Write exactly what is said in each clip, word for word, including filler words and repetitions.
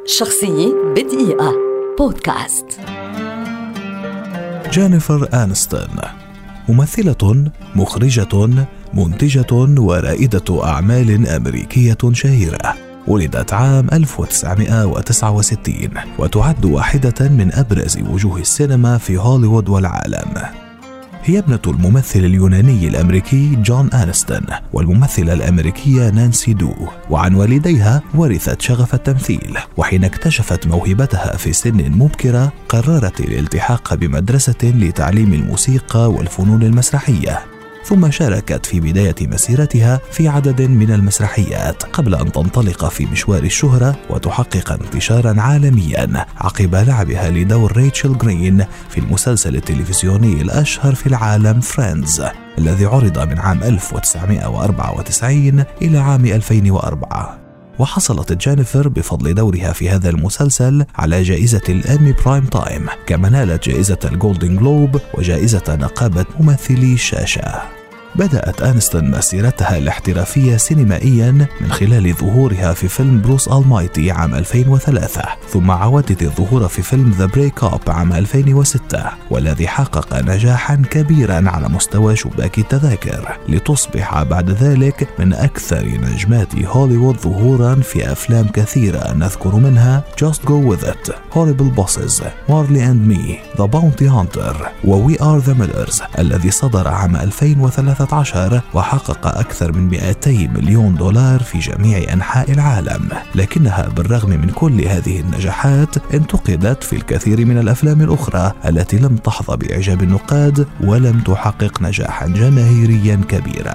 شخصية بدقيقة بودكاست. جينيفر آنستون ممثلة، مخرجة، منتجة ورائدة أعمال أمريكية شهيرة. ولدت عام ألف وتسعمائة وتسعة وستين وتعد واحدة من أبرز وجوه السينما في هوليوود والعالم. هي ابنة الممثل اليوناني الأمريكي جون آنستون والممثلة الأمريكية نانسي دو، وعن والديها ورثت شغف التمثيل، وحين اكتشفت موهبتها في سن مبكرة قررت الالتحاق بمدرسة لتعليم الموسيقى والفنون المسرحية، ثم شاركت في بداية مسيرتها في عدد من المسرحيات قبل أن تنطلق في مشوار الشهرة وتحقق انتشارا عالميا عقب لعبها لدور ريتشل جرين في المسلسل التلفزيوني الأشهر في العالم فريندز، الذي عرض من عام ألف وتسعمائة وأربعة وتسعين إلى عام ألفين وأربعة. وحصلت جينيفر بفضل دورها في هذا المسلسل على جائزة الأمي برايم تايم، كما نالت جائزة الجولدن جلوب وجائزة نقابة ممثلي الشاشة. بدأت آنستون مسيرتها الاحترافية سينمائيا من خلال ظهورها في فيلم بروس آلمايتي عام ألفين وثلاثة، ثم عودت الظهور في فيلم ذا بريك أب عام ألفين وستة، والذي حقق نجاحا كبيرا على مستوى شباك التذاكر، لتصبح بعد ذلك من أكثر نجمات هوليوود ظهورا في أفلام كثيرة، نذكر منها Just Go With It, Horrible Bosses, Marley and Me, The Bounty Hunter و We Are The Millers الذي صدر عام ألفين وثلاثة عشر وحقق أكثر من مئتي مليون دولار في جميع أنحاء العالم. لكنها بالرغم من كل هذه النجاحات انتقدت في الكثير من الأفلام الأخرى التي لم تحظى بإعجاب النقاد ولم تحقق نجاحا جماهيريا كبيرا.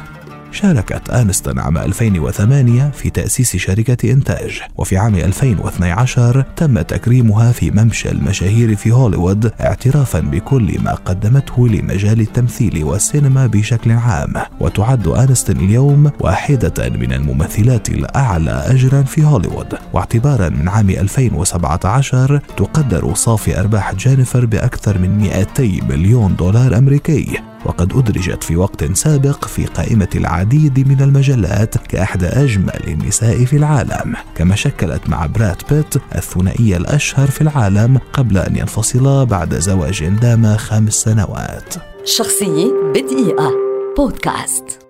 شاركت آنستون عام ألفين وثمانية في تأسيس شركة إنتاج، وفي عام ألفين واثني عشر تم تكريمها في ممشى المشاهير في هوليوود اعترافا بكل ما قدمته لمجال التمثيل والسينما بشكل عام. وتعد آنستون اليوم واحدة من الممثلات الأعلى أجرا في هوليوود، واعتبارا من عام ألفين وسبعة عشر تقدر صافي أرباح جينيفر بأكثر من مئتي مليون دولار أمريكي، وقد أدرجت في وقت سابق في قائمة العديد من المجلات كأحدى أجمل النساء في العالم، كما شكلت مع براد بيت الثنائية الأشهر في العالم قبل أن ينفصلا بعد زواج دام خمس سنوات. شخصية بدقيقة بودكاست.